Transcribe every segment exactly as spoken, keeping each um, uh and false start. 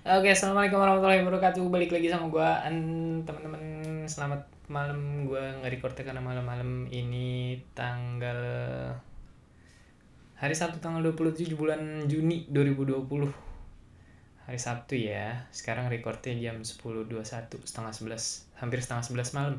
Oke, assalamualaikum warahmatullahi wabarakatuh. Balik lagi sama gua, An- teman-teman. Selamat malam. Gua nge-recordnya karena malam-malam ini tanggal hari Sabtu tanggal dua puluh tujuh bulan Juni dua ribu dua puluh. Hari Sabtu ya. Sekarang recordnya jam sepuluh dua puluh satu, setengah sebelas, hampir setengah sebelas malam.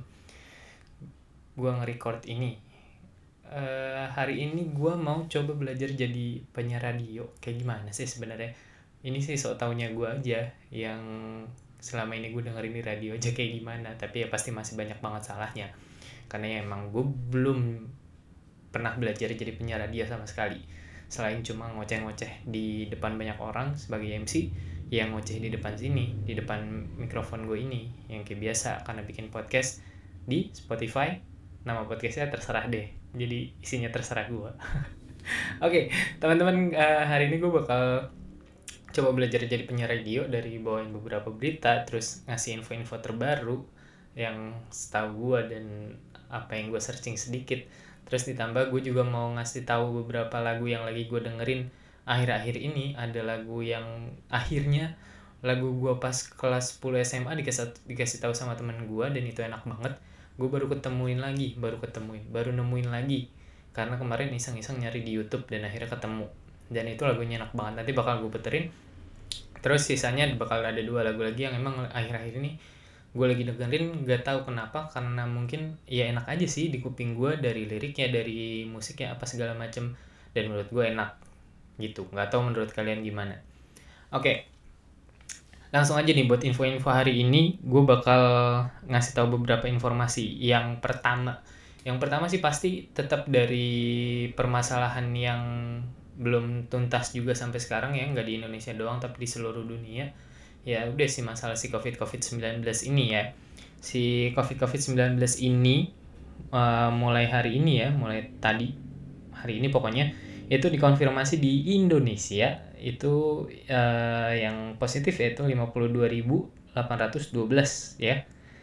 Gua nge-record ini. Eh, hari ini gua mau coba belajar jadi penyiar radio. Kayak gimana sih sebenarnya? Ini sih sok taunya gue aja yang selama ini gue dengerin di radio aja kayak gimana, tapi ya pasti masih banyak banget salahnya karena ya emang gue belum pernah belajar jadi penyiar radio sama sekali, selain cuma ngoceh-ngoceh di depan banyak orang sebagai M C, yang ngoceh di depan sini, di depan mikrofon gue ini yang kayak biasa karena bikin podcast di Spotify. Nama podcastnya terserah deh, jadi isinya terserah gue. Oke, teman-teman, eh, hari ini gue bakal coba belajar jadi penyiar radio dari bawain beberapa berita, terus ngasih info-info terbaru yang setahu gue dan apa yang gue searching sedikit. Terus ditambah gue juga mau ngasih tahu beberapa lagu yang lagi gue dengerin akhir-akhir ini. Ada lagu yang akhirnya lagu gue pas kelas sepuluh S M A dikasih dikasih tahu sama temen gue dan itu enak banget. Gue baru ketemuin lagi, baru ketemuin, baru nemuin lagi karena kemarin iseng-iseng nyari di YouTube dan akhirnya ketemu. Dan itu lagunya enak banget, nanti bakal gue puterin. Terus sisanya bakal ada dua lagu lagi yang emang akhir-akhir ini gue lagi dengerin, gak tahu kenapa, karena mungkin ya enak aja sih di kuping gue, dari liriknya, dari musiknya, apa segala macem, dan menurut gue enak gitu. Gak tahu menurut kalian gimana. Oke, langsung aja nih buat info-info hari ini. Gue bakal ngasih tahu beberapa informasi. Yang pertama, yang pertama sih pasti tetap dari permasalahan yang belum tuntas juga sampai sekarang ya, nggak di Indonesia doang tapi di seluruh dunia. Ya udah sih, masalah si covid covid sembilan belas ini ya. Si covid covid sembilan belas ini uh, mulai hari ini ya, mulai tadi hari ini pokoknya, itu dikonfirmasi di Indonesia itu uh, yang positif yaitu lima puluh dua ribu delapan ratus dua belas ya.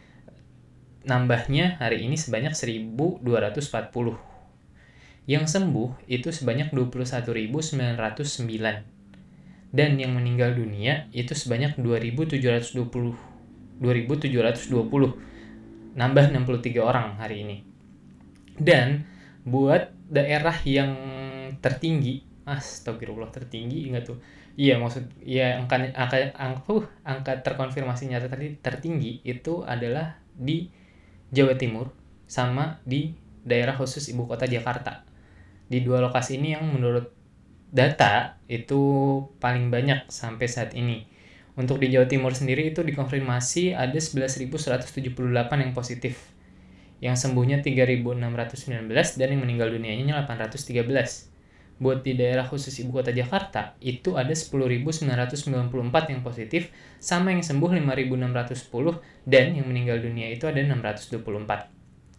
Nambahnya hari ini sebanyak seribu dua ratus empat puluh. Yang sembuh itu sebanyak dua puluh satu ribu sembilan ratus sembilan. Dan yang meninggal dunia itu sebanyak dua ribu tujuh ratus dua puluh. dua ribu tujuh ratus dua puluh. Nambah enam puluh tiga orang hari ini. Dan buat daerah yang tertinggi, astagfirullah, tertinggi enggak tuh? Iya, maksud ya angka angka angka, uh, angka terkonfirmasinya tadi tertinggi itu adalah di Jawa Timur sama di daerah khusus ibu kota Jakarta. Di dua lokasi ini yang menurut data itu paling banyak sampai saat ini. Untuk di Jawa Timur sendiri itu dikonfirmasi ada sebelas ribu seratus tujuh puluh delapan yang positif. Yang sembuhnya tiga ribu enam ratus sembilan belas dan yang meninggal dunianya delapan ratus tiga belas. Buat di daerah khusus ibu kota Jakarta itu ada sepuluh ribu sembilan ratus sembilan puluh empat yang positif, sama yang sembuh lima ribu enam ratus sepuluh dan yang meninggal dunia itu ada enam ratus dua puluh empat.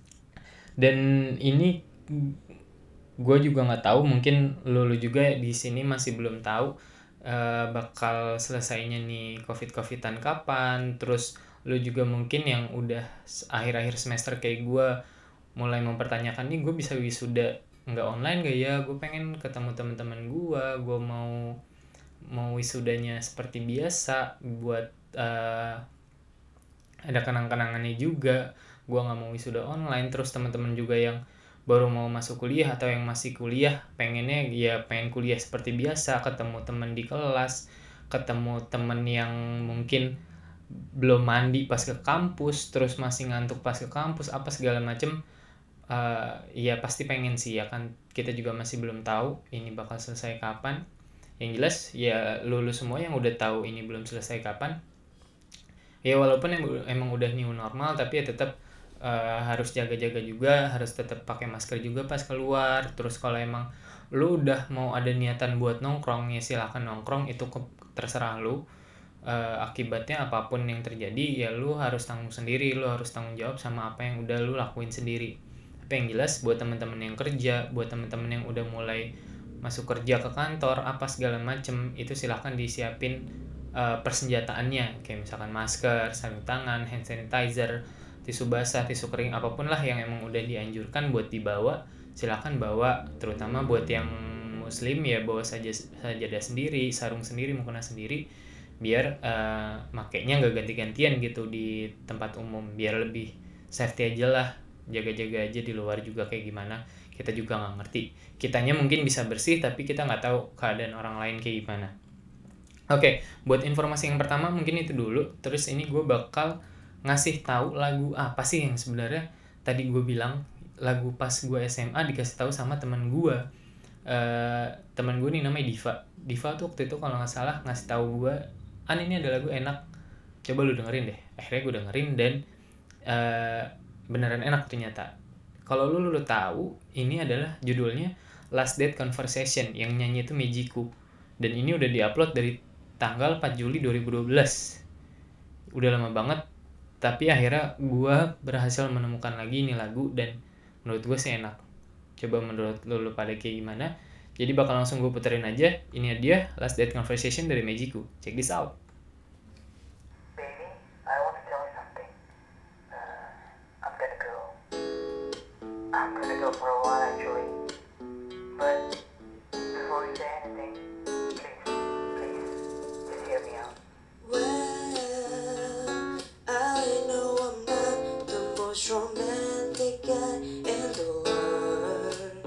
Dan ini gue juga nggak tahu, mungkin lo, lo juga di sini masih belum tahu uh, bakal selesainya nih covid covidan kapan. Terus lo juga mungkin yang udah akhir-akhir semester kayak gue mulai mempertanyakan, nih gue bisa wisuda nggak online gak ya, gue pengen ketemu teman-teman gue, gue mau mau wisudanya seperti biasa buat uh, ada kenang-kenangannya juga. Gue nggak mau wisuda online. Terus teman-teman juga yang baru mau masuk kuliah atau yang masih kuliah pengennya ya pengen kuliah seperti biasa, ketemu teman di kelas, ketemu teman yang mungkin belum mandi pas ke kampus, terus masih ngantuk pas ke kampus, apa segala macem. Uh, ya pasti pengen sih ya kan, kita juga masih belum tahu ini bakal selesai kapan. Yang jelas ya lulus semua yang udah tahu ini belum selesai kapan. Ya walaupun emang udah new normal, tapi ya tetap uh, harus jaga-jaga juga, harus tetap pakai masker juga pas keluar. Terus kalau emang lu udah mau ada niatan buat nongkrong, ya silahkan nongkrong, itu ke, terserah lu. Uh, akibatnya apapun yang terjadi ya lu harus tanggung sendiri, lu harus tanggung jawab sama apa yang udah lu lakuin sendiri. Tapi yang jelas buat teman-teman yang kerja, buat teman-teman yang udah mulai masuk kerja ke kantor apa segala macem, itu silahkan disiapin uh, persenjataannya, kayak misalkan masker, sarung tangan, hand sanitizer, tisu basah, tisu kering, apapun lah yang emang udah dianjurkan buat dibawa, silakan bawa. Terutama buat yang muslim ya bawa saja sajadah sendiri, sarung sendiri, mukena sendiri. biar uh, makainya nggak ganti-gantian gitu di tempat umum, biar lebih safety aja lah, jaga-jaga aja di luar juga kayak gimana, kita juga nggak ngerti. Kitanya mungkin bisa bersih tapi kita nggak tahu keadaan orang lain kayak gimana. Oke, okay, buat informasi yang pertama mungkin itu dulu. Terus ini gue bakal ngasih tahu lagu apa sih yang sebenarnya tadi gue bilang lagu pas gue S M A dikasih tahu sama teman gue. Uh, teman gue nih namanya Diva. Diva tuh waktu itu kalau nggak salah ngasih tahu gue, "An, ini ada lagu enak, coba lu dengerin deh." Akhirnya gue dengerin dan uh, beneran enak ternyata. Kalau lu, lu lu tahu, ini adalah judulnya Last Date Conversation, yang nyanyi itu Mejiku. Dan ini udah diupload dari tanggal empat Juli dua ribu dua belas. Udah lama banget, tapi akhirnya gue berhasil menemukan lagi ini lagu dan menurut gue sih enak. Coba menurut lu, lu pada kayak gimana? Jadi bakal langsung gue puterin aja. Ini dia Last Date Conversation dari Mejiku. Check this out. Baby, I want to tell you something. Uh, I'm gonna go. I'm gonna go for a while actually. But before you say anything, please, please, just hear me out. Well, I know I'm not the most romantic guy in the world.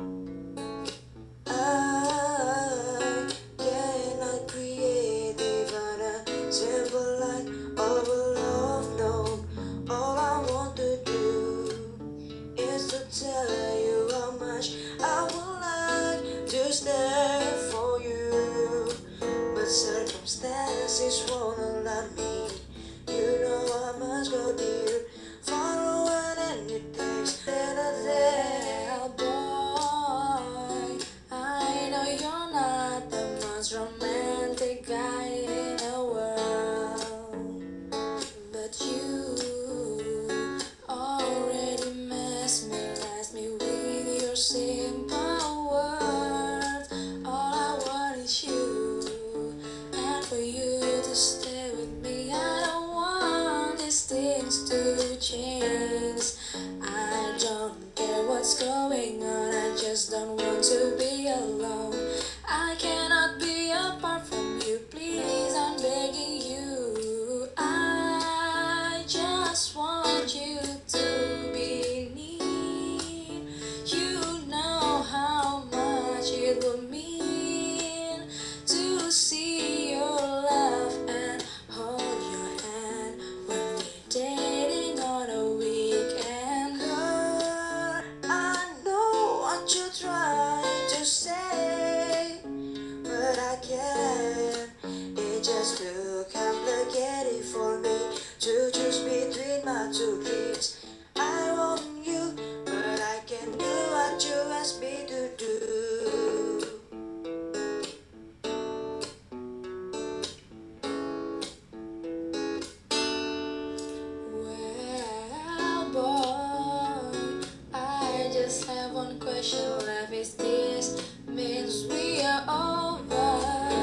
I cannot create even a simple light of a love note. All I want to do is to tell you how much I would like to stay for you, but circumstances won't allow me. You know I must go dear, follow when it takes better there, boy. I know you're not the most romantic guy in the world, but you already mesmerized me with your simple words. All I want is you, and for you to stay with me. I don't want these things to change. I don't care what's going on, I just don't want to be alone. I cannot be apart from you, please, I'm begging you. I just want you to be near. You know how much it would mean to see your laugh and hold your hand when we're dating on a weekend. Girl, I know what you're trying to say, but I can't. It's just too complicated for me to choose between my two dreams. I want you, but I can't do what you ask me to do. Well, boy, I just have one question left. Is this means we are over?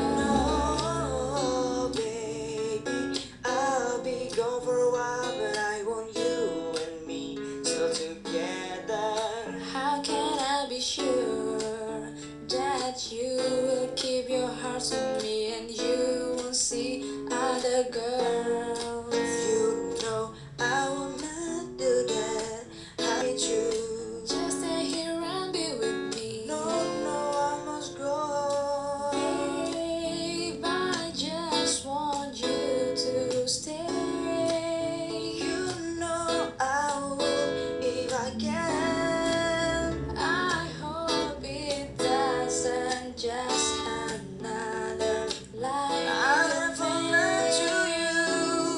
No, baby, I'll be gone for a while, but I want you and me still together. How can I be sure that you will keep your heart to me and you won't see other girls? You know I will not do that. I need you. Just stay here and be with me. No, no, I must go. Babe, I just want you to stay. You know I will if I can. I hope it doesn't just another lie. I have fallen to you.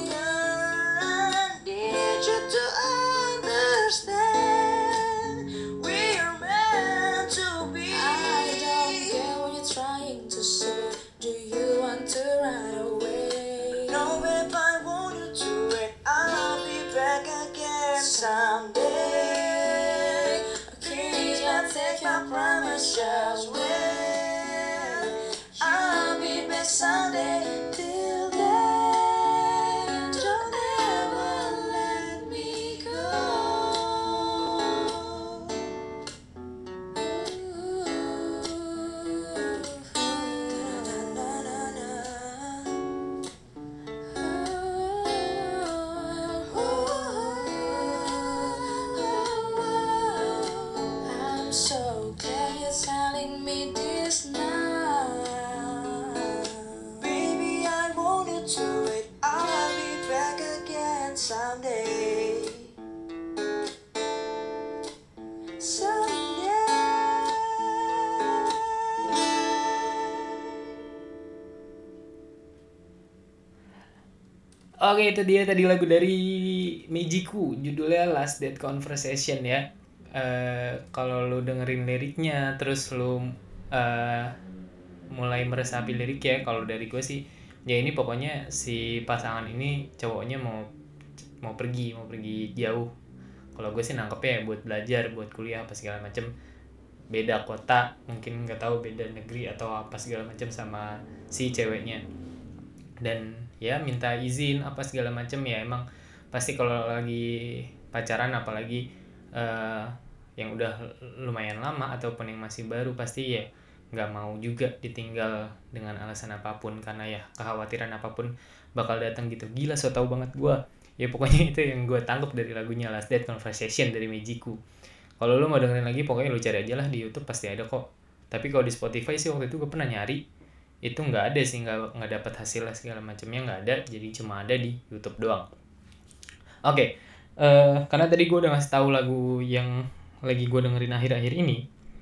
Oke, itu dia tadi lagu dari Mejiku, judulnya Last Date Conversation ya. Eh kalau lu dengerin liriknya, terus lu eh mulai meresapi lirik ya, kalau dari gue sih, ya ini pokoknya si pasangan ini cowoknya mau mau pergi, mau pergi jauh. Kalau gue sih nangkepnya ya buat belajar, buat kuliah apa segala macem, beda kota, mungkin nggak tahu beda negeri atau apa segala macam sama si ceweknya. Dan ya minta izin apa segala macam ya, emang pasti kalau lagi pacaran apalagi eh, yang udah lumayan lama ataupun yang masih baru pasti ya nggak mau juga ditinggal dengan alasan apapun, karena ya kekhawatiran apapun bakal datang gitu. Gila, so tau banget gue. Ya pokoknya itu yang gue tangkap dari lagunya Last Date Conversation dari Mejiku. Kalau lu mau dengerin lagi pokoknya lu cari aja lah di YouTube, pasti ada kok. Tapi kalau di Spotify sih waktu itu gue pernah nyari, itu nggak ada sih, nggak nggak dapat hasil segala macamnya, nggak ada, jadi cuma ada di YouTube doang. Oke, okay. uh, karena tadi gue udah ngasih tahu lagu yang lagi gue dengerin akhir-akhir ini,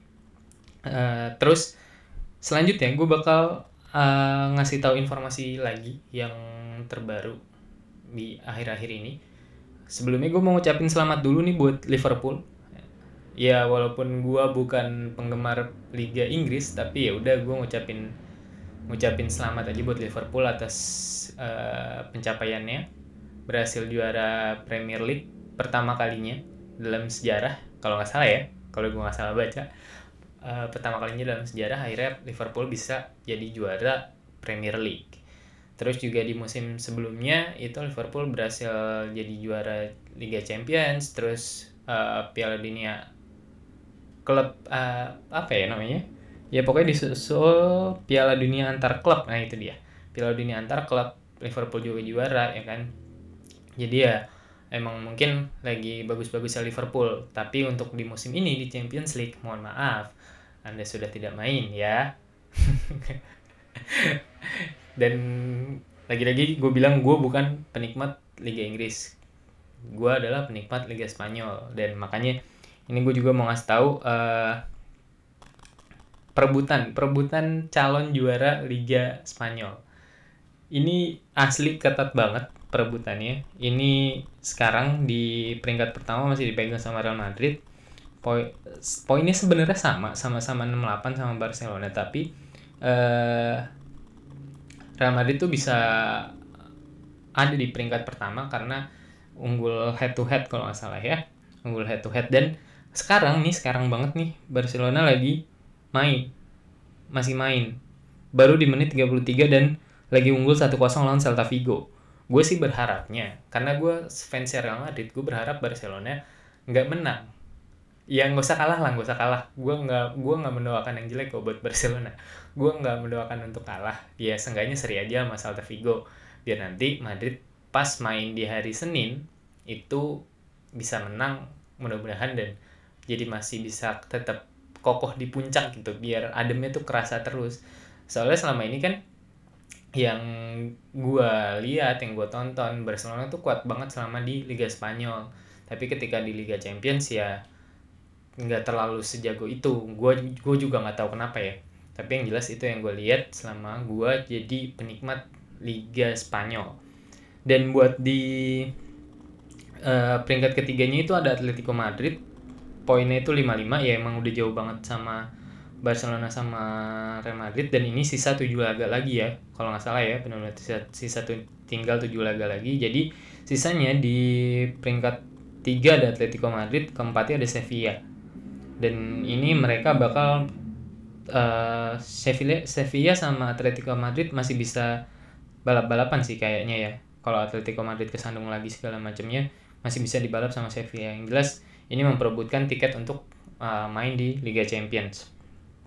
uh, terus selanjutnya gue bakal uh, ngasih tahu informasi lagi yang terbaru di akhir-akhir ini. Sebelumnya gue mau ngucapin selamat dulu nih buat Liverpool. Ya walaupun gue bukan penggemar Liga Inggris, tapi ya udah gue ngucapin ngucapin selamat aja buat Liverpool atas uh, pencapaiannya, berhasil juara Premier League pertama kalinya dalam sejarah, kalau nggak salah ya, kalau gue nggak salah baca, uh, pertama kalinya dalam sejarah akhirnya Liverpool bisa jadi juara Premier League. Terus juga di musim sebelumnya itu Liverpool berhasil jadi juara Liga Champions, terus uh, Piala Dunia klub uh, apa ya namanya? Ya pokoknya disusul Piala Dunia antar klub. Nah itu dia, Piala Dunia antar klub, Liverpool juga juara ya kan. Jadi ya emang mungkin lagi bagus-bagusnya Liverpool. Tapi untuk di musim ini di Champions League, mohon maaf, Anda sudah tidak main ya. Dan lagi-lagi gue bilang gue bukan penikmat Liga Inggris, gue adalah penikmat Liga Spanyol. Dan makanya ini gue juga mau ngasih tahu uh, perebutan perebutan calon juara Liga Spanyol ini asli ketat banget perebutannya. Ini sekarang di peringkat pertama masih dipegang sama Real Madrid. Poin poinnya sebenarnya sama, sama-sama enam puluh delapan sama Barcelona, tapi uh, Real Madrid tuh bisa ada di peringkat pertama karena unggul head to head kalau nggak salah ya, unggul head to head. Dan sekarang nih, sekarang banget nih Barcelona lagi main, masih main, baru di menit tiga puluh tiga dan lagi unggul satu kosong lawan Celta Vigo. Gue sih berharapnya, karena gue fans Real Madrid, gue berharap Barcelona nggak menang. Ya nggak usah kalah lah, nggak usah kalah. Gue nggak, gue nggak mendoakan yang jelek kok buat Barcelona. Gue nggak mendoakan untuk kalah. Ya seenggaknya seri aja sama Celta Vigo, biar nanti Madrid pas main di hari Senin itu bisa menang mudah-mudahan, dan jadi masih bisa tetap kokoh di puncak gitu, biar ademnya tuh kerasa terus. Soalnya selama ini kan yang gue lihat, yang gue tonton, Barcelona tuh kuat banget selama di Liga Spanyol, tapi ketika di Liga Champions ya nggak terlalu sejago itu. Gue gue juga nggak tahu kenapa ya, tapi yang jelas itu yang gue lihat selama gue jadi penikmat Liga Spanyol. Dan buat di uh, peringkat ketiganya itu ada Atletico Madrid, poinnya itu lima puluh lima, ya emang udah jauh banget sama Barcelona sama Real Madrid. Dan ini sisa tujuh laga lagi ya kalau nggak salah ya, benar-benar sisa, sisa tuh, tinggal tujuh laga lagi. Jadi sisanya di peringkat tiga ada Atletico Madrid, keempatnya ada Sevilla. Dan ini mereka bakal uh, Sevilla, Sevilla sama Atletico Madrid masih bisa balap-balapan sih kayaknya ya. Kalau Atletico Madrid kesandung lagi segala macamnya, masih bisa dibalap sama Sevilla. Yang jelas ini memperebutkan tiket untuk uh, main di Liga Champions.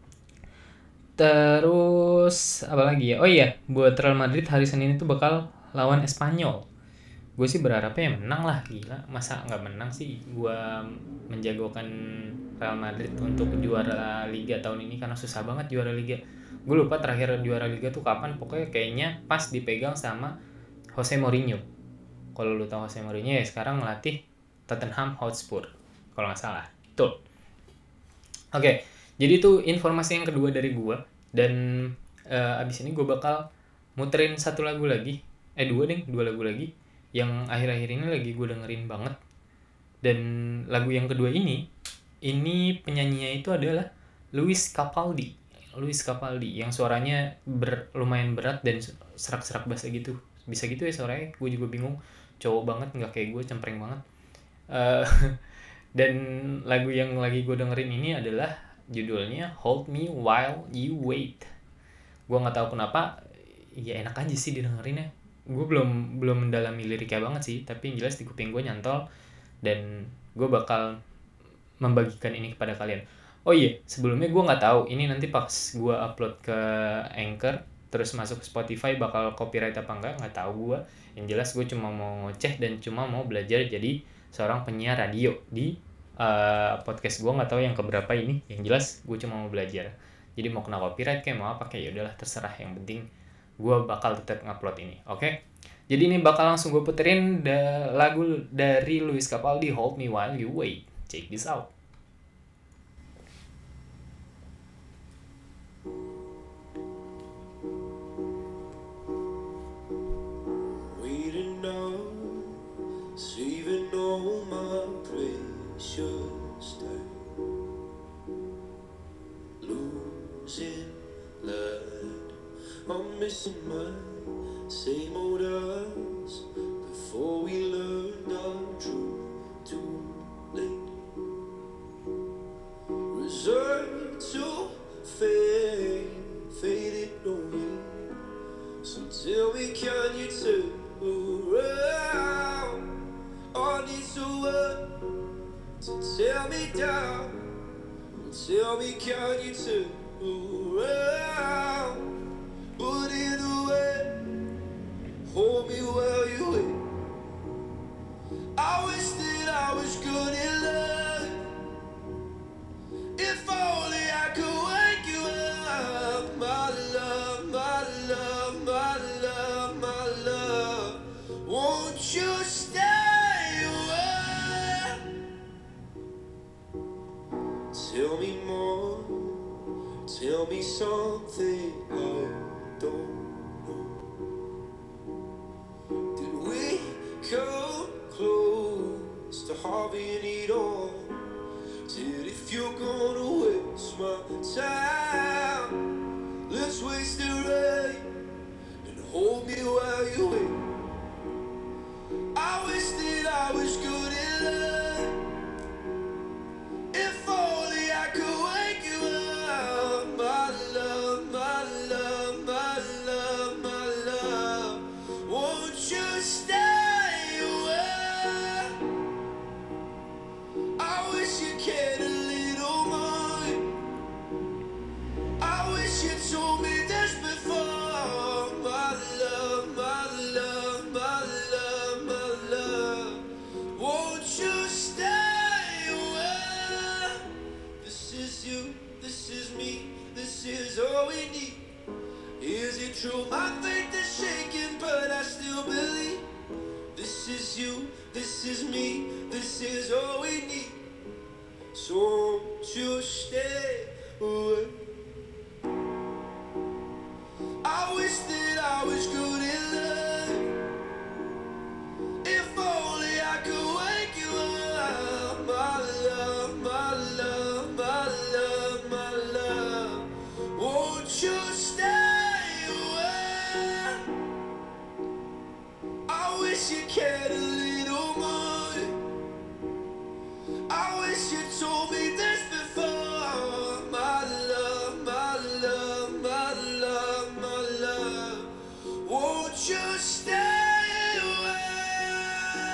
Terus apa lagi ya? Oh iya, buat Real Madrid hari Senin itu bakal lawan Espanyol. Gue sih berharapnya ya menang lah, gila. Masa nggak menang sih? Gue menjagokan Real Madrid untuk juara Liga tahun ini karena susah banget juara Liga. Gue lupa terakhir juara Liga tuh kapan. Pokoknya kayaknya pas dipegang sama Jose Mourinho. Kalau lu tahu Jose Mourinho ya sekarang melatih Tottenham Hotspur kalau nggak salah. Tuh. Oke. Okay. Jadi itu informasi yang kedua dari gue. Dan uh, abis ini gue bakal muterin satu lagu lagi eh dua deh dua lagu lagi yang akhir-akhir ini lagi gue dengerin banget. Dan lagu yang kedua ini ini penyanyinya itu adalah Lewis Capaldi. Lewis Capaldi yang suaranya ber, lumayan berat dan serak-serak bahasa gitu. Bisa gitu ya suaranya, gue juga bingung. Cowok banget, nggak kayak gue, cempreng banget. Uh, dan lagu yang lagi gue dengerin ini adalah judulnya Hold Me While You Wait. Gue nggak tahu kenapa, ya enak aja sih didengerinnya. Gue belum belum mendalami liriknya banget sih, tapi yang jelas di kuping gue nyantol dan gue bakal membagikan ini kepada kalian. Oh iya, sebelumnya gue nggak tahu ini nanti pas gue upload ke Anchor terus masuk ke Spotify bakal copyright apa enggak, nggak tahu gue. Yang jelas gue cuma mau ngoceh dan cuma mau belajar jadi seorang penyiar radio di uh, podcast gue, nggak tahu yang keberapa ini. Yang jelas gue cuma mau belajar. Jadi mau kena copyright kayak mau apa kayak ya udahlah terserah, yang penting gue bakal tetap ngupload ini. Oke? Okay? Jadi ini bakal langsung gue puterin da- lagu dari Lewis Capaldi, Hold Me While You Wait. Check this out. Waiting now, saving all my precious time, losing light, I'm missing my same old us before we learned our truth too late. Reserved to fade, faded away. So tell me, can you turn around? I need someone to tear me down. Tell me, can you turn around? Put it away. Hold me while you wait. I wish that I was good in love. If only I could wake you up, my love, my love, my love, my love. Won't you stay away? Tell me more. Tell me something I don't. Come close to having it all. Till if you're gonna waste my time, let's waste it right and hold me while you wait. I wish that I was good in love. If only I could wake you up, my love, my love, my love, my love. Won't you stay? Cared a little more. I wish you told me this before. My love, my love, my love, my love. Won't you stay away? This is you, this is me, this is all we need. Is it true? My faith is shaking, but I still believe. This is you, this is me, this is all we need. So won't you stay away? I wish that I was good in love. If only I could wake you up, my love, my love, my love, my love. Won't you stay away? I wish you cared a little more. I wish you told me this before. My love, my love, my love, my love. Won't you stay away?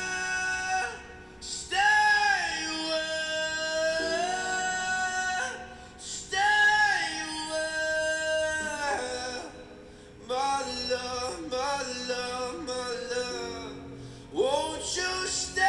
Stay away. Stay away. My love, my love, my love. Won't you stay?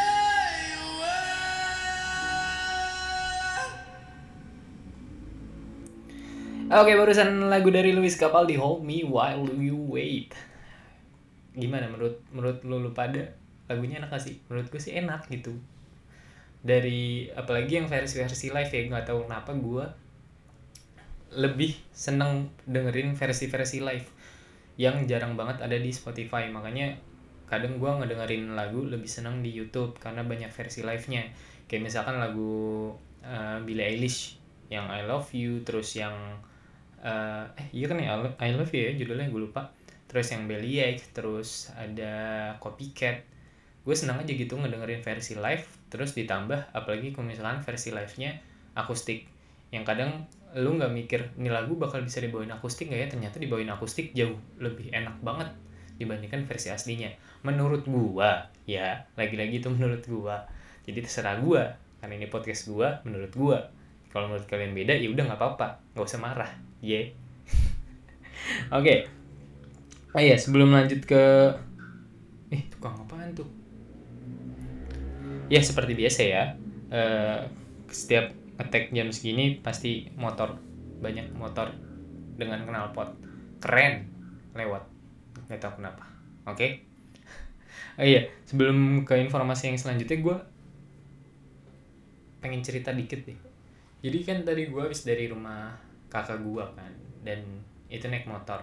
Oke, barusan lagu dari Lewis Capaldi, Hold Me While You Wait. Gimana menurut menurut lu, lu pada lagunya enak gak sih? Menurut gue sih enak gitu. Dari apalagi yang versi-versi live ya, nggak tahu kenapa gue lebih seneng dengerin versi-versi live. yang jarang banget ada di Spotify. Makanya kadang gue ngedengerin lagu lebih senang di YouTube karena banyak versi live-nya. Kayak misalkan lagu uh, Billie Eilish yang I Love You, terus yang uh, eh iya kan ya I Love You ya judulnya, gue lupa. Terus yang Bellyache, terus ada Copycat. Gue senang aja gitu ngedengerin versi live, terus ditambah apalagi kalau misalkan versi live-nya akustik. Yang kadang lu nggak mikir ini lagu bakal bisa dibawain akustik nggak ya, ternyata dibawain akustik jauh lebih enak banget dibandingkan versi aslinya. Menurut gua ya, lagi-lagi itu menurut gua. Jadi terserah gua, karena ini podcast gua, menurut gua. Kalau menurut kalian beda ya udah nggak apa-apa, nggak usah marah, ye. Yeah. Oke. Okay. Oh iya, sebelum lanjut ke eh tukang apaan tuh? Ya seperti biasa ya. Uh, setiap ngetek jam segini pasti motor, banyak motor dengan knalpot keren lewat, nggak tahu kenapa. Oke. Okay? Oh iya, sebelum ke informasi yang selanjutnya, gue pengen cerita dikit deh. Jadi kan tadi gue habis dari rumah kakak gue kan, dan itu naik motor.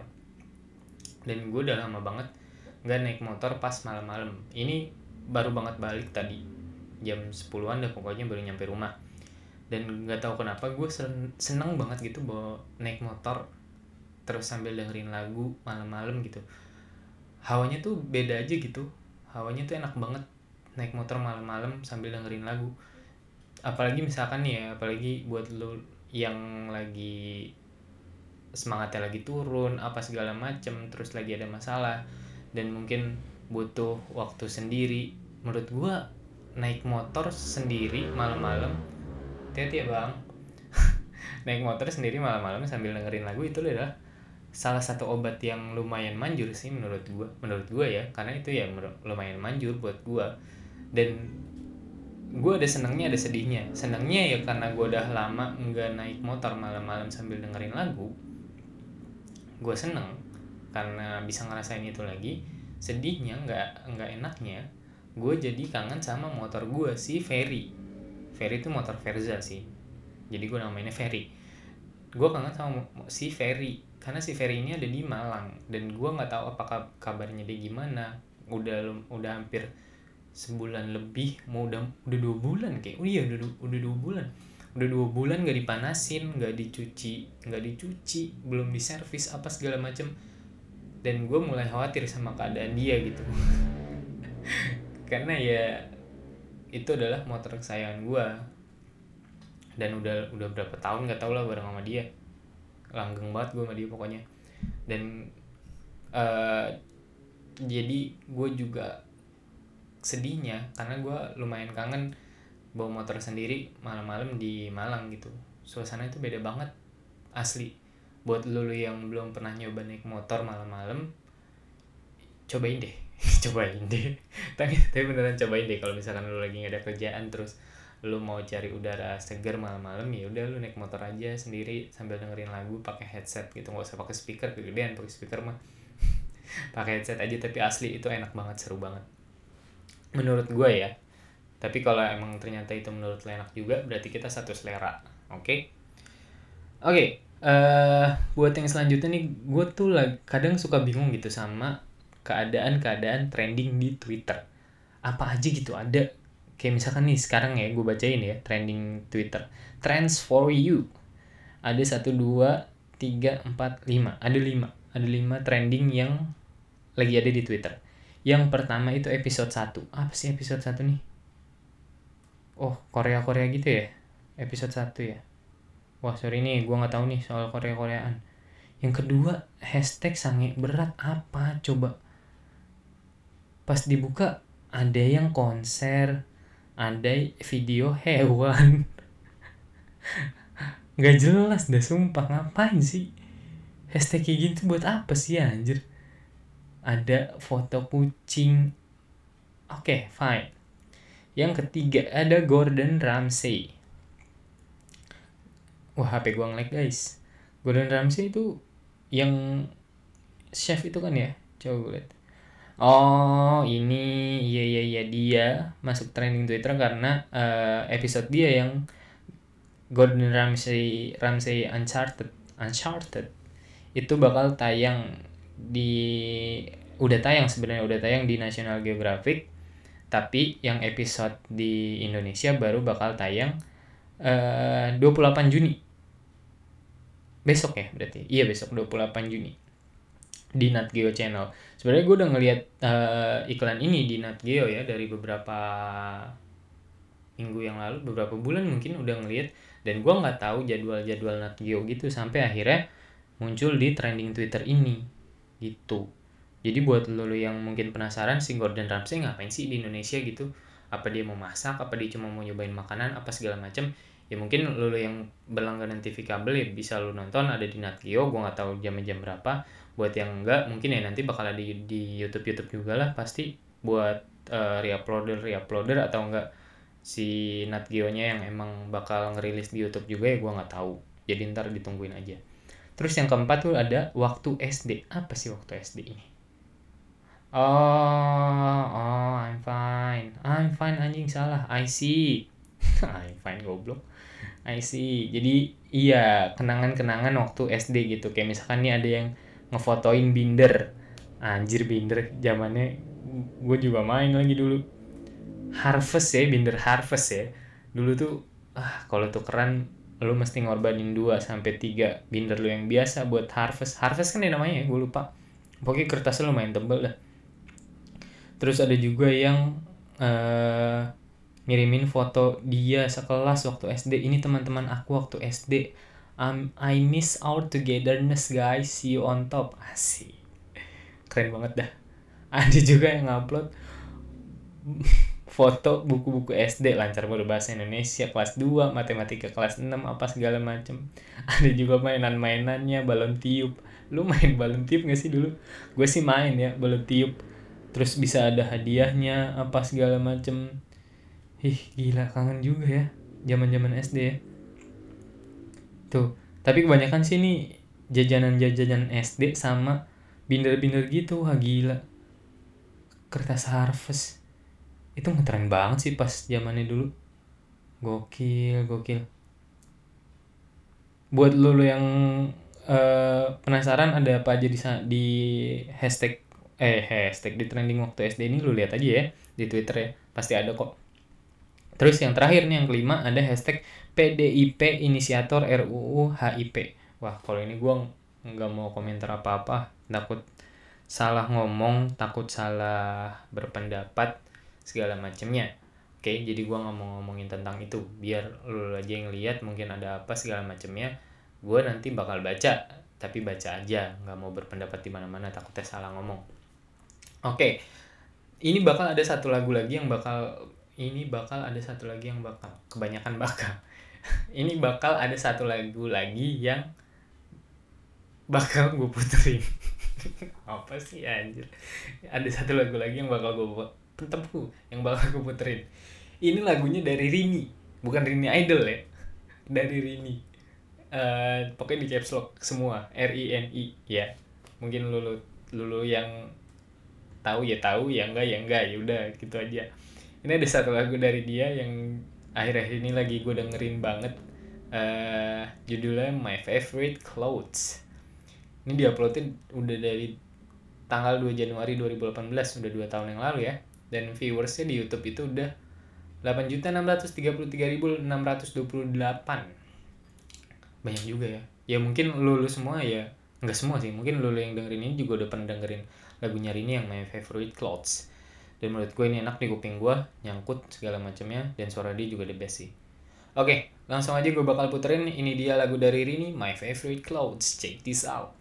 Dan gue udah lama banget nggak naik motor pas malam-malam. Ini baru banget balik tadi, jam sepuluhan dah pokoknya baru nyampe rumah. Dan nggak tahu kenapa gue seneng banget gitu bawa naik motor terus sambil dengerin lagu malam-malam gitu. Hawanya tuh beda aja gitu, hawanya tuh enak banget naik motor malam-malam sambil dengerin lagu. Apalagi misalkan nih ya, apalagi buat lo yang lagi semangatnya lagi turun apa segala macem, terus lagi ada masalah dan mungkin butuh waktu sendiri. Menurut gue naik motor sendiri malam-malam, hati-hati ya bang, naik motor sendiri malam-malam sambil dengerin lagu itu adalah salah satu obat yang lumayan manjur sih menurut gua, menurut gua ya, karena itu ya lumayan manjur buat gua. Dan gua ada senangnya ada sedihnya. Senangnya ya karena gua udah lama nggak naik motor malam-malam sambil dengerin lagu, gua seneng karena bisa ngerasain itu lagi. Sedihnya nggak nggak enaknya, gua jadi kangen sama motor gua si Ferry. Ferry itu motor Verza sih, jadi gue namainnya Ferry. Gue kangen sama si Ferry karena si Ferry ini ada di Malang dan gue nggak tahu apakah kabarnya dia gimana. Udah udah hampir sebulan lebih, mau udah udah dua bulan kayak. Oh iya udah udah dua bulan, udah dua bulan nggak dipanasin, nggak dicuci, nggak dicuci, belum diservis apa segala macem. Dan gue mulai khawatir sama keadaan dia gitu. Karena ya itu adalah motor kesayangan gue dan udah udah berapa tahun nggak tau lah bareng sama dia, langgeng banget gue sama dia pokoknya. Dan uh, jadi gue juga sedihnya karena gue lumayan kangen bawa motor sendiri malam-malam di Malang gitu. Suasana itu beda banget asli. Buat lu yang belum pernah nyoba naik motor malam-malam, cobain deh. cobain deh tapi tapi beneran cobain deh. Kalau misalkan lu lagi nggak ada kerjaan terus lu mau cari udara segar malam-malam, ya udah lu naik motor aja sendiri sambil dengerin lagu pakai headset gitu, nggak usah pakai speaker, kegedean pakai speaker mah. Pakai headset aja, tapi asli itu enak banget, seru banget menurut gue ya. Tapi kalau emang ternyata itu menurut lu enak juga, berarti kita satu selera. Oke okay? oke okay, uh, buat yang selanjutnya nih, gue tuh lagi, kadang suka bingung gitu sama keadaan-keadaan trending di Twitter. Apa aja gitu ada. Kayak misalkan nih sekarang ya, gue bacain ya trending Twitter. Trends for you. Ada satu, dua, tiga, empat, lima. Ada lima. Ada lima trending yang lagi ada di Twitter. Yang pertama itu episode satu. Apa sih episode satu nih? Oh, Korea-Korea gitu ya? Episode satu ya? Wah, sorry nih, gue gak tahu nih soal Korea-Koreaan. Yang kedua, hashtag sange berat. Apa coba? Pas dibuka ada yang konser, ada video hewan. Gak jelas dah sumpah, ngapain sih hashtag kayak gitu, buat apa sih anjir. Ada foto kucing. Oke okay, fine. Yang ketiga ada Gordon Ramsay. Wah, H P gua nge-lag guys. Gordon Ramsay itu yang chef itu kan ya, coba gue lihat. Oh ini iya iya iya dia masuk trending Twitter karena uh, episode dia yang Gordon Ramsay Ramsay Uncharted Uncharted itu bakal tayang di udah tayang sebenarnya udah tayang di National Geographic, tapi yang episode di Indonesia baru bakal tayang uh, dua puluh delapan Juni. Besok ya berarti. Iya besok dua puluh delapan Juni di Nat Geo Channel. Sebenarnya gue udah ngeliat uh, iklan ini di Nat Geo ya dari beberapa minggu yang lalu, beberapa bulan mungkin udah ngeliat, dan gue nggak tahu jadwal-jadwal Nat Geo gitu sampai akhirnya muncul di trending Twitter ini gitu. Jadi buat lo yang mungkin penasaran si Gordon Ramsay ngapain sih di Indonesia gitu, apa dia mau masak, apa dia cuma mau nyobain makanan, apa segala macam, ya mungkin lo yang berlangganan T V kabel ya bisa lo nonton, ada di Nat Geo. Gue nggak tahu jam-jam berapa. Buat yang enggak mungkin ya nanti bakal ada di, di YouTube YouTube juga lah pasti, buat uh, reuploader reuploader atau enggak si Nat Geo-nya yang emang bakal ngerilis di YouTube juga ya gue nggak tahu. Jadi ntar ditungguin aja. Terus yang keempat tuh ada Waktu S D. Apa sih Waktu S D ini? Oh, oh, I'm fine. I'm fine anjing, salah. I see. I'm fine goblok. I see. Jadi iya, kenangan-kenangan waktu S D gitu. Kayak misalkan nih ada yang ngefotoin binder. Anjir, binder zamannya gue juga main lagi dulu. Harvest ya, binder Harvest ya. Dulu tuh ah kalau tukeran lu mesti ngorbanin dua sampai tiga binder lu yang biasa buat Harvest. Harvest kan ya namanya ya, gue lupa. Pokoknya kertasnya lumayan tebel dah. Terus ada juga yang uh, ngirimin foto dia sekelas waktu S D. Ini teman-teman aku waktu S D. Um, I miss our togetherness guys. See you on top. Asik. Keren banget dah. Ada juga yang ngupload foto buku-buku S D, lancar berbahasa Indonesia kelas dua, matematika kelas enam, apa segala macem. Ada juga mainan-mainannya, balon tiup. Lu main balon tiup gak sih dulu? Gue sih main ya balon tiup. Terus bisa ada hadiahnya apa segala macem. Ih gila, kangen juga ya zaman-zaman S D ya. Tuh, tapi kebanyakan sih nih jajanan-jajanan S D sama binder-binder gitu. Wah gila, kertas Harvest itu ngetren banget sih pas zamannya dulu. Gokil, gokil. Buat lo yang uh, penasaran ada apa aja di di hashtag eh hashtag di trending waktu S D ini, lu lihat aja ya di Twitter ya, pasti ada kok. Terus yang terakhir nih yang kelima ada hashtag P D I P inisiator R U U H I P. Wah kalau ini gue nggak mau komentar apa-apa, takut salah ngomong, takut salah berpendapat segala macamnya. Oke, jadi gue nggak mau ngomongin tentang itu, biar lu aja yang lihat mungkin ada apa segala macamnya. Gue nanti bakal baca, tapi baca aja, nggak mau berpendapat di mana-mana, takutnya salah ngomong. Oke, okay. Ini bakal ada satu lagu lagi yang bakal ini bakal ada satu lagi yang bakal kebanyakan bakal. Ini bakal ada satu lagu lagi yang bakal gue puterin. Apa sih anjir? Ada satu lagu lagi yang bakal gue pentempu yang bakal gue puterin. Ini lagunya dari Rini, bukan Rini Idol ya. Dari Rini. Uh, pokoknya di caps lock semua, R I N I ya. Mungkin lulu lulu yang tahu ya tahu, ya enggak ya enggak, ya udah gitu aja. Ini ada satu lagu dari dia yang akhir-akhir ini lagi gue dengerin banget, uh, judulnya My Favorite Clothes. Ini diuploadin udah dari tanggal dua Januari dua ribu delapan belas, udah dua tahun yang lalu ya, dan viewersnya di YouTube itu udah delapan juta enam ratus tiga puluh tiga ribu enam ratus dua puluh delapan. Banyak juga ya. Ya mungkin lu, lu semua ya, enggak semua sih, mungkin lu, lu yang dengerin ini juga udah pernah dengerin lagunya Rini yang My Favorite Clothes. Dan menurut gue ini enak di kuping gue, nyangkut segala macamnya, dan suara dia juga the best sih. Oke, langsung aja gue bakal puterin. Ini dia lagu dari Rini, My Favorite Clothes. Check this out.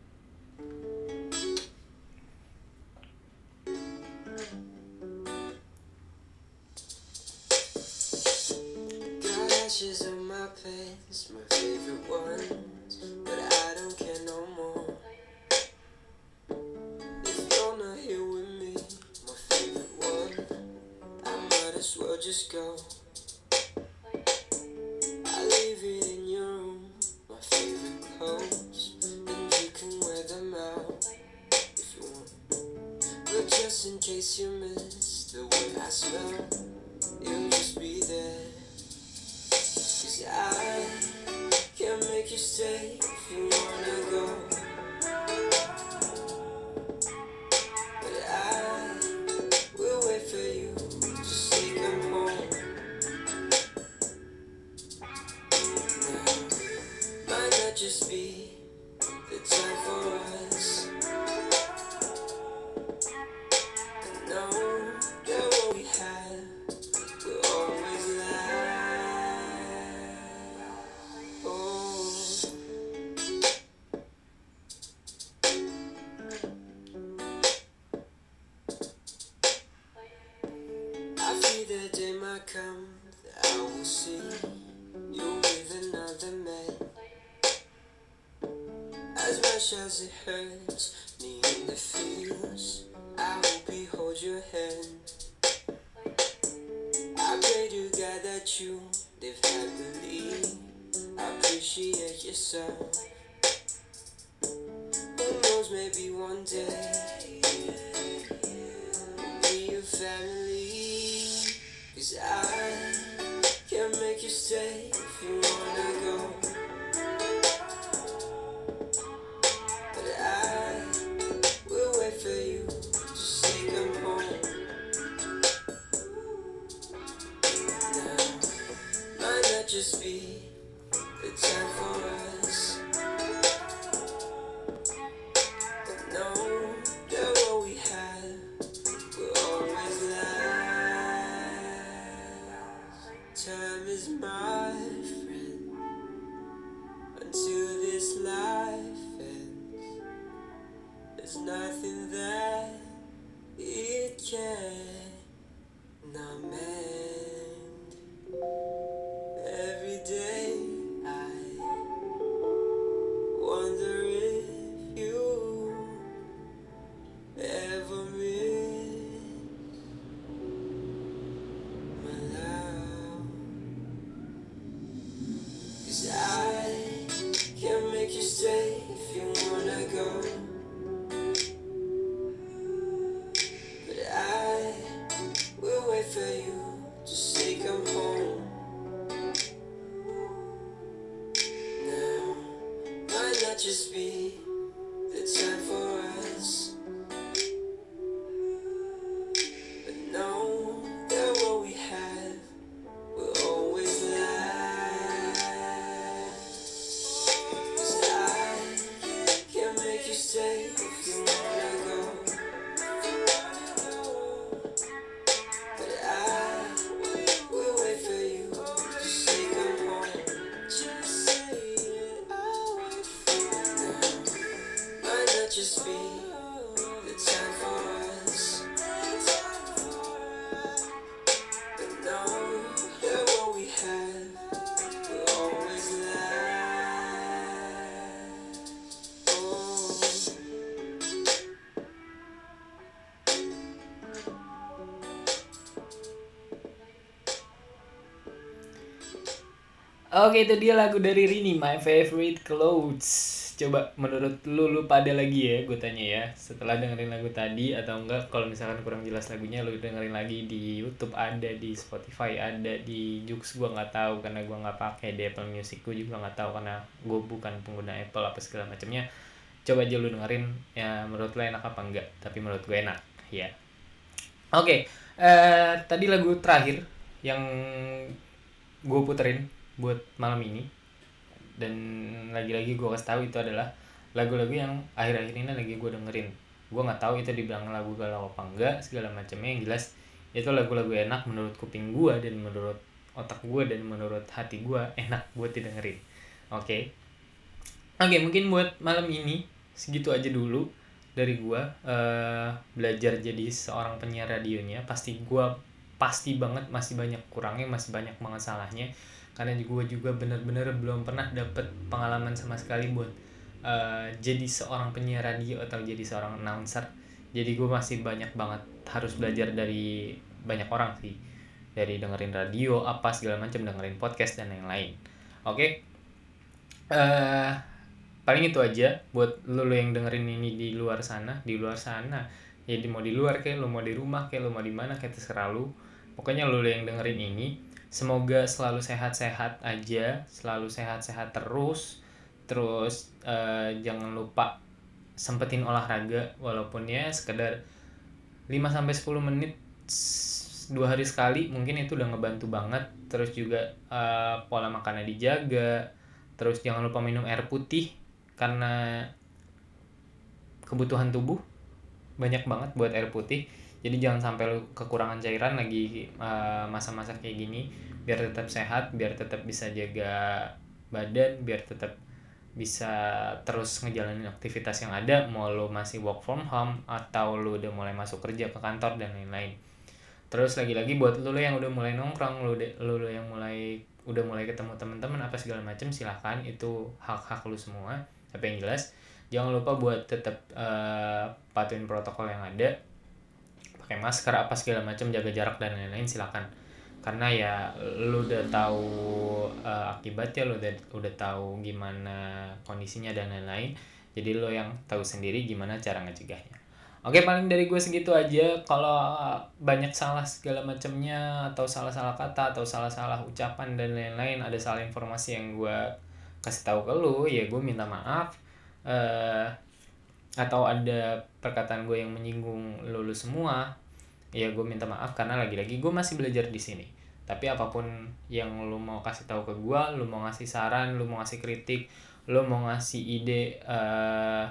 Got ashes on my pants, my favorite ones, but I don't care no more. If you're not here with me, my favorite one, I might as well just go. I leave it in your room, my favorite clothes, and you can wear them out if you want. But just in case you miss the way I smell, you'll just be there. Cause I can't make you stay if you wanna go. I come, I will see you with another man. As much as it hurts me in the feels, I hope he holds your hand. I pray to God that you live happily. I appreciate yourself. Who knows, maybe one day we'll be a family. Cause I can make you stay if you wanna go. But I will wait for you to say come home. Now, might not just be the time for us. But no, that what we have will always last. Time is my friend until this life ends. There's nothing that it cannot mend. Every day I wonder if you ever miss my love. Cause I can make you stay if you wanna go. But I will wait for you to say come home. Now, might not just be the time for us. But know that what we have will always last. Cause I can make you stay if you wanna go. But I will wait for you to say come home. Just say it, I'll wait for you. Now, might not just be the time for us. But know that what we have will always last. Oh. Oke, itu dia lagu dari Rini, My Favorite Clothes. Coba menurut lu, lu pada lagi ya, gue tanya ya. Setelah dengerin lagu tadi atau enggak, kalau misalkan kurang jelas lagunya, lu dengerin lagi di YouTube ada, di Spotify ada, di Joox gue nggak tahu karena gue nggak pakai, di Apple Music gue juga nggak tahu karena gue bukan pengguna Apple apa segala macamnya. Coba aja lu dengerin, ya menurut lu enak apa enggak? Tapi menurut gue enak, ya. Oke, eh, tadi lagu terakhir yang gue puterin buat malam ini, dan lagi-lagi gue kasih tahu itu adalah lagu-lagu yang akhir-akhir ini lagi gue dengerin. Gue nggak tahu itu dibilang lagu galau apa enggak segala macamnya, yang jelas itu lagu-lagu enak menurut kuping gue dan menurut otak gue dan menurut hati gue enak buat didengerin. Oke, oke mungkin buat malam ini segitu aja dulu dari gue. Eh, belajar jadi seorang penyiar radionya, pasti gue pasti banget masih banyak kurangnya, masih banyak banget salahnya, karena gue juga bener-bener belum pernah dapet pengalaman sama sekali buat uh, jadi seorang penyiar radio atau jadi seorang announcer. Jadi gue masih banyak banget harus belajar dari banyak orang sih, dari dengerin radio apa segala macam, dengerin podcast dan lain-lain. Oke, uh, paling itu aja buat lo, lo yang dengerin ini di luar sana, di luar sana ya, di mau di luar kayak lo mau di rumah kayak lo mau di mana kayak terserah lo. Pokoknya lo yang dengerin ini semoga selalu sehat-sehat aja, selalu sehat-sehat terus. Terus uh, jangan lupa sempetin olahraga, walaupun ya sekedar lima sampai sepuluh menit dua hari sekali, mungkin itu udah ngebantu banget. Terus juga uh, pola makannya dijaga. Terus jangan lupa minum air putih, karena kebutuhan tubuh banyak banget buat air putih. Jadi jangan sampai lu kekurangan cairan lagi uh, masa-masa kayak gini, biar tetap sehat, biar tetap bisa jaga badan, biar tetap bisa terus ngejalanin aktivitas yang ada, mau lu masih work from home atau lu udah mulai masuk kerja ke kantor dan lain-lain. Terus lagi-lagi buat lu yang udah mulai nongkrong, lu de, lu, lu yang mulai udah mulai ketemu teman-teman apa segala macam, silahkan, itu hak-hak lu semua. Tapi yang jelas jangan lupa buat tetap uh, patuhin protokol yang ada, pakai masker apa segala macam, jaga jarak dan lain-lain, silakan. Karena ya lu udah tahu uh, akibatnya, lu udah udah tahu gimana kondisinya dan lain-lain. Jadi lu yang tahu sendiri gimana cara ngecegahnya. Oke, paling dari gue segitu aja. Kalau banyak salah segala macamnya, atau salah-salah kata, atau salah-salah ucapan dan lain-lain, ada salah informasi yang gue kasih tahu ke lu, ya gue minta maaf. Uh, atau ada perkataan gue yang menyinggung lu, lu semua, ya gue minta maaf, karena lagi-lagi gue masih belajar di sini. Tapi apapun yang lu mau kasih tahu ke gue, lu mau ngasih saran, lu mau ngasih kritik, lu mau ngasih ide uh,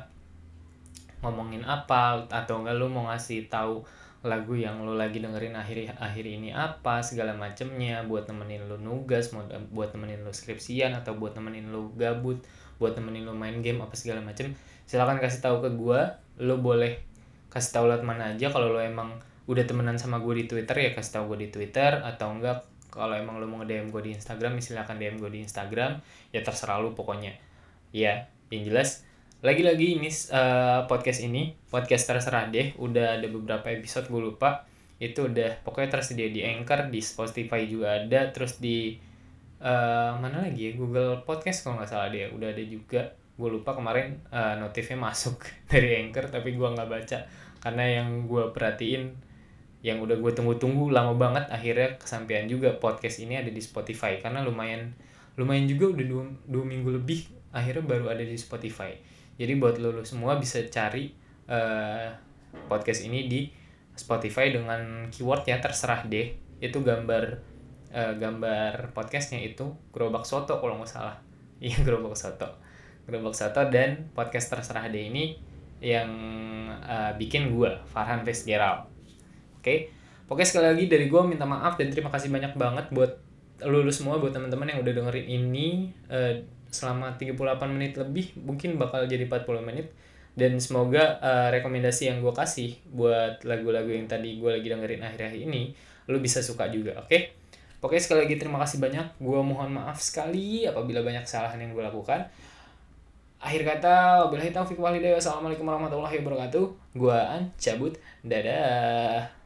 ngomongin apa, atau enggak lu mau ngasih tahu lagu yang lu lagi dengerin akhir-akhir ini apa segala macemnya, buat nemenin lu nugas, buat nemenin lu skripsian, atau buat nemenin lu gabut, buat nemenin lu main game apa segala macem, silakan kasih tahu ke gue. Lu boleh kasih tahu lewat mana aja. Kalau lu emang udah temenan sama gue di Twitter, ya kasih tahu gue di Twitter, atau enggak kalau emang lu mau nge-D M gue di Instagram, silakan D M gue di Instagram, ya terserah lu pokoknya. Ya, yang jelas lagi-lagi ini uh, podcast ini podcast terserah deh, udah ada beberapa episode, gue lupa itu udah pokoknya tersedia di Anchor, di Spotify juga ada, terus di uh, mana lagi ya, Google Podcast kalau nggak salah dia udah ada juga. Gue lupa kemarin uh, notifnya masuk dari Anchor, tapi gue nggak baca karena yang gue perhatiin, yang udah gue tunggu-tunggu lama banget, akhirnya kesampaian juga podcast ini ada di Spotify, karena lumayan lumayan juga udah dua, dua minggu lebih akhirnya baru ada di Spotify. Jadi buat lo, lo semua bisa cari uh, podcast ini di Spotify dengan keyword ya terserah deh. Itu gambar uh, gambar podcastnya itu gerobak soto kalau nggak salah. Iya, gerobak soto. Gerobak soto dan podcast terserah deh ini yang uh, bikin gue Farhan Fitzgerald. Oke. Okay? Pokoknya sekali lagi dari gue minta maaf dan terima kasih banyak banget buat lo, lo semua, buat teman-teman yang udah dengerin ini uh, selama tiga puluh delapan menit lebih, mungkin bakal jadi empat puluh menit. Dan semoga uh, rekomendasi yang gue kasih buat lagu-lagu yang tadi gue lagi dengerin akhir-akhir ini, lu bisa suka juga, oke? Okay? Pokoknya sekali lagi terima kasih banyak. Gue mohon maaf sekali apabila banyak kesalahan yang gue lakukan. Akhir kata, wabillahi taufiq wal hidayah. Wassalamualaikum warahmatullahi wabarakatuh. Gue An cabut, dadah.